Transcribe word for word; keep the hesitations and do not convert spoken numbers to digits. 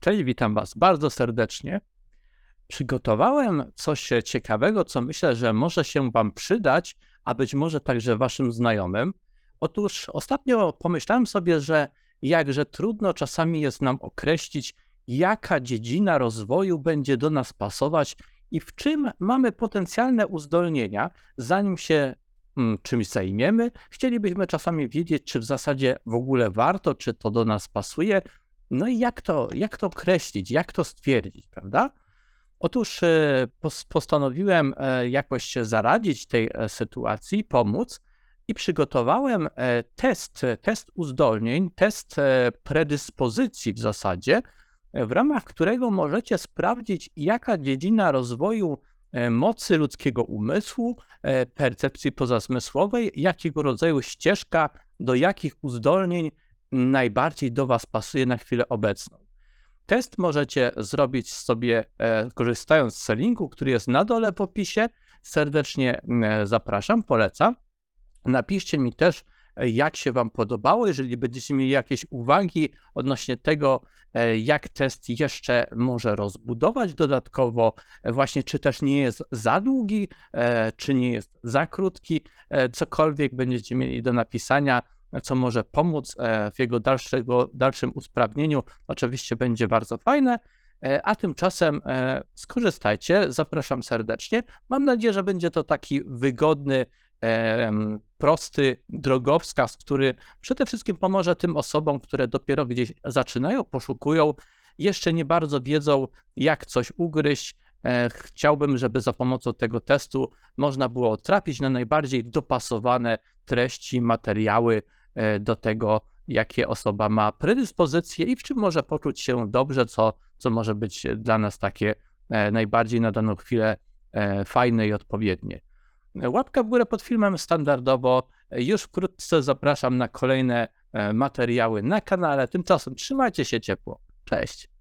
Cześć, witam Was bardzo serdecznie. Przygotowałem coś ciekawego, co myślę, że może się Wam przydać, a być może także Waszym znajomym. Otóż ostatnio pomyślałem sobie, że jakże trudno czasami jest nam określić, jaka dziedzina rozwoju będzie do nas pasować i w czym mamy potencjalne uzdolnienia, zanim się mm, czymś zajmiemy. Chcielibyśmy czasami wiedzieć, czy w zasadzie w ogóle warto, czy to do nas pasuje. No i jak to, jak to określić, jak to stwierdzić, prawda? Otóż e, pos- postanowiłem e, jakoś się zaradzić tej e, sytuacji, pomóc i przygotowałem e, test, e, test uzdolnień, test e, predyspozycji w zasadzie, e, w ramach którego możecie sprawdzić, jaka dziedzina rozwoju e, mocy ludzkiego umysłu, e, percepcji pozazmysłowej, jakiego rodzaju ścieżka, do jakich uzdolnień najbardziej do Was pasuje na chwilę obecną. Test możecie zrobić sobie e, korzystając z linku, który jest na dole w opisie. Serdecznie e, zapraszam, polecam. Napiszcie mi też, e, jak się Wam podobało, jeżeli będziecie mieli jakieś uwagi odnośnie tego, e, jak test jeszcze może rozbudować dodatkowo, e, właśnie czy też nie jest za długi, e, czy nie jest za krótki, e, cokolwiek będziecie mieli do napisania, co może pomóc e, w jego dalszego, dalszym usprawnieniu, oczywiście będzie bardzo fajne, e, a tymczasem e, skorzystajcie, zapraszam serdecznie. Mam nadzieję, że będzie to taki wygodny, e, prosty drogowskaz, który przede wszystkim pomoże tym osobom, które dopiero gdzieś zaczynają, poszukują, jeszcze nie bardzo wiedzą, jak coś ugryźć. E, Chciałbym, żeby za pomocą tego testu można było trafić na najbardziej dopasowane treści, materiały e, do tego, jakie osoba ma predyspozycje i w czym może poczuć się dobrze, co, co może być dla nas takie e, najbardziej na daną chwilę e, fajne i odpowiednie. E, Łapka w górę pod filmem standardowo. E, Już wkrótce zapraszam na kolejne e, materiały na kanale. Tymczasem trzymajcie się ciepło. Cześć.